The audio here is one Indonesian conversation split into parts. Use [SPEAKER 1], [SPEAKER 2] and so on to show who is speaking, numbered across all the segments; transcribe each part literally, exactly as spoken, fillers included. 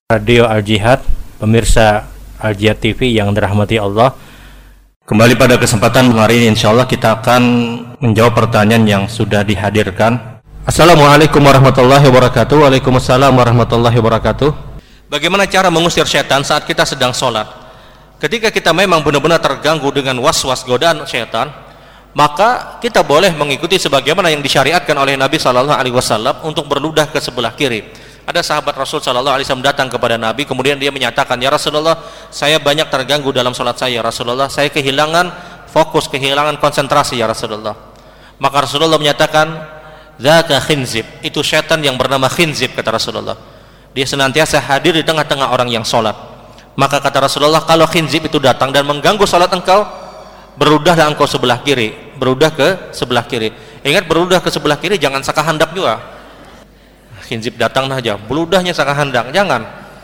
[SPEAKER 1] Radio Al-Jihad, pemirsa Al-Jihad T V yang dirahmati Allah. Kembali pada kesempatan hari ini insyaallah kita akan menjawab pertanyaan yang sudah dihadirkan. Assalamualaikum warahmatullahi wabarakatuh. Waalaikumsalam warahmatullahi wabarakatuh. Bagaimana cara mengusir syaitan saat kita sedang sholat? Ketika kita memang benar-benar terganggu dengan was-was godaan syaitan, maka kita boleh mengikuti sebagaimana yang disyariatkan oleh Nabi Shallallahu Alaihi Wasallam untuk berludah ke sebelah kiri. Ada sahabat Rasul Shallallahu Alaihi Wasallam datang kepada Nabi, kemudian dia menyatakan, ya Rasulullah, saya banyak terganggu dalam sholat saya, ya Rasulullah, saya kehilangan fokus, kehilangan konsentrasi, ya Rasulullah. Maka Rasulullah menyatakan, zaka khinzib, itu syaitan yang bernama khinzib, kata Rasulullah. Dia senantiasa hadir di tengah-tengah orang yang sholat. Maka kata Rasulullah, kalau khinzib itu datang dan mengganggu sholat engkau, berudahlah engkau sebelah kiri, berudah ke sebelah kiri. Ingat, berudah ke sebelah kiri jangan sakahandak juga. Khinzib datang aja, beludahnya sakahandak, jangan.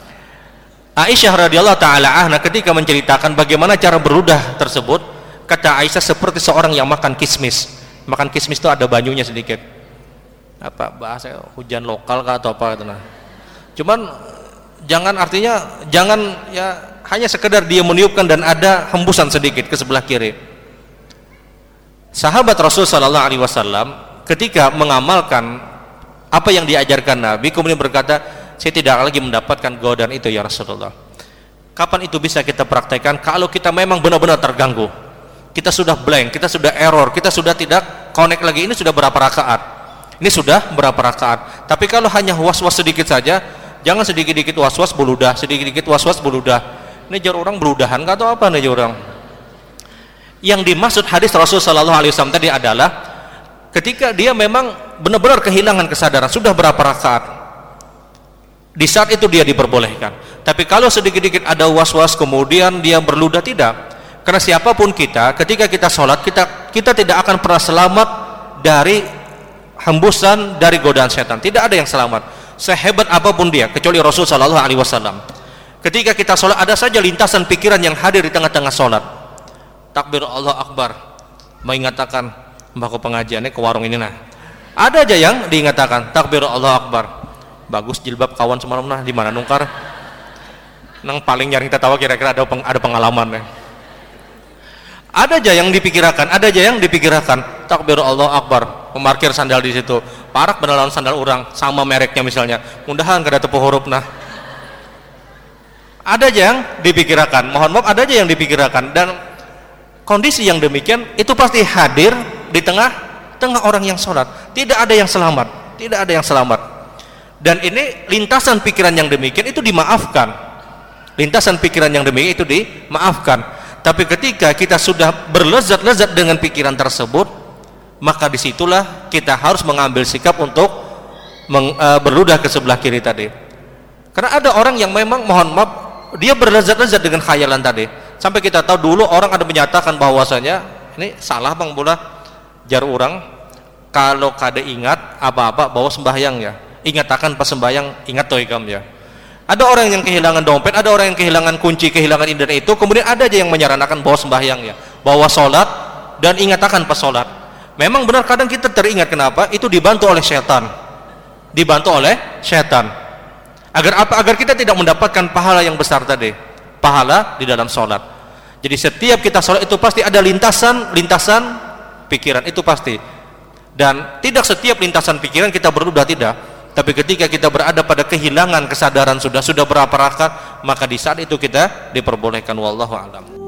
[SPEAKER 1] Aisyah radhiyallahu taala anha ketika menceritakan bagaimana cara berudah tersebut, kata Aisyah seperti seorang yang makan kismis. Makan kismis itu ada banyunya sedikit. Apa bahasa hujan lokal kah atau apa gitu nah. Cuman jangan, artinya jangan ya hanya sekedar dia meniupkan dan ada hembusan sedikit ke sebelah kiri. Sahabat Rasul sallallahu alaihi wasallam ketika mengamalkan apa yang diajarkan Nabi, kemudian berkata, saya tidak lagi mendapatkan godaan itu, ya Rasulullah. Kapan itu bisa kita praktekkan? Kalau kita memang benar-benar terganggu, kita sudah blank, kita sudah error, kita sudah tidak connect lagi. Ini sudah berapa rakaat? Ini sudah berapa rakaat? Tapi kalau hanya was-was sedikit saja, jangan sedikit-dikit was-was beludah, sedikit-dikit was-was beludah. Ini jar orang beludahan atau apa nih jar orang? Yang dimaksud hadis Rasul sallallahu alaihi wasallam tadi adalah ketika dia memang benar-benar kehilangan kesadaran, sudah berapa rakaat, di saat itu dia diperbolehkan. Tapi kalau sedikit-dikit ada was-was kemudian dia berludah, tidak. Karena siapapun kita, ketika kita sholat, kita kita tidak akan pernah selamat dari hembusan dari godaan setan. Tidak ada yang selamat sehebat apapun dia, kecuali Rasul sallallahu alaihi wasallam. Ketika kita sholat, ada saja lintasan pikiran yang hadir di tengah-tengah sholat. Takbir Allah Akbar, mengatakan mbak pengajiannya ke warung ini nah. Ada aja yang diingatkan takbir Allah Akbar, bagus jilbab kawan semalam nah di mana nungkar nang paling nyaring tertawa, kira-kira ada peng, ada pengalaman ya. Ada aja yang dipikirkan, ada aja yang dipikirkan takbir Allah Akbar, memarkir sandal di situ, parak beneran sandal orang sama mereknya misalnya, mudahan kada tepuh huruf nah. Ada aja yang dipikirkan, mohon maaf, ada aja yang dipikirkan, dan kondisi yang demikian itu pasti hadir di tengah tengah orang yang sholat. Tidak ada yang selamat, tidak ada yang selamat. Dan ini lintasan pikiran yang demikian itu dimaafkan, lintasan pikiran yang demikian itu dimaafkan. Tapi ketika kita sudah berlezat-lezat dengan pikiran tersebut, maka disitulah kita harus mengambil sikap untuk meng, uh, berludah ke sebelah kiri tadi. Karena ada orang yang memang mohon maaf, dia berlezat-lezat dengan khayalan tadi, sampai kita tahu dulu orang ada menyatakan bahwasanya ini salah bang bola jar orang, kalau kada ingat apa-apa bawa sembahyang ya, ingat akan pas sembahyang, ingat toikam ya. Ada orang yang kehilangan dompet, ada orang yang kehilangan kunci, kehilangan internet itu, kemudian ada aja yang menyarankan bawa sembahyang ya, bawa sholat dan ingat akan pas sholat. Memang benar kadang kita teringat, kenapa? Itu dibantu oleh syaitan, dibantu oleh syaitan. Agar apa? Agar kita tidak mendapatkan pahala yang besar tadi, pahala di dalam sholat. Jadi setiap kita sholat itu pasti ada lintasan lintasan pikiran, itu pasti. Dan tidak setiap lintasan pikiran kita berludah, tidak. Tapi ketika kita berada pada kehilangan kesadaran, sudah sudah berapa rakaat, maka di saat itu kita diperbolehkan. Wallahu a'lam.